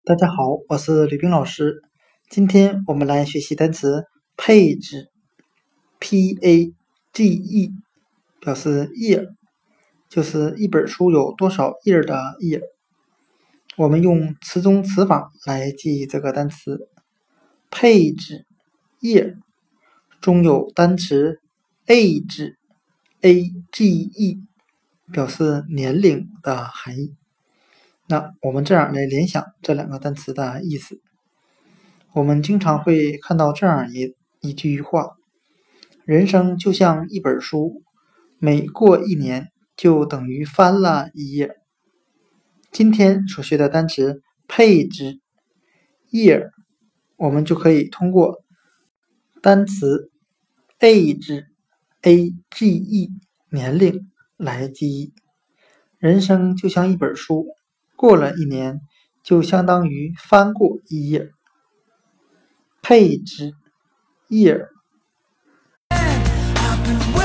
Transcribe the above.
大家好，我是吕冰老师。今天我们来学习单词配置 ，P-A-G-E， 表示页，就是一本书有多少页的页。我们用词中词法来记忆这个单词。配置页中有单词 age， 表示年龄的含义。那我们这样来联想这两个单词的意思。我们经常会看到这样一句话：人生就像一本书，每过一年就等于翻了一页。今天所学的单词配置 year， 我们就可以通过单词 age 年龄来记忆。人生就像一本书，过了一年就相当于翻过一页。配置 year。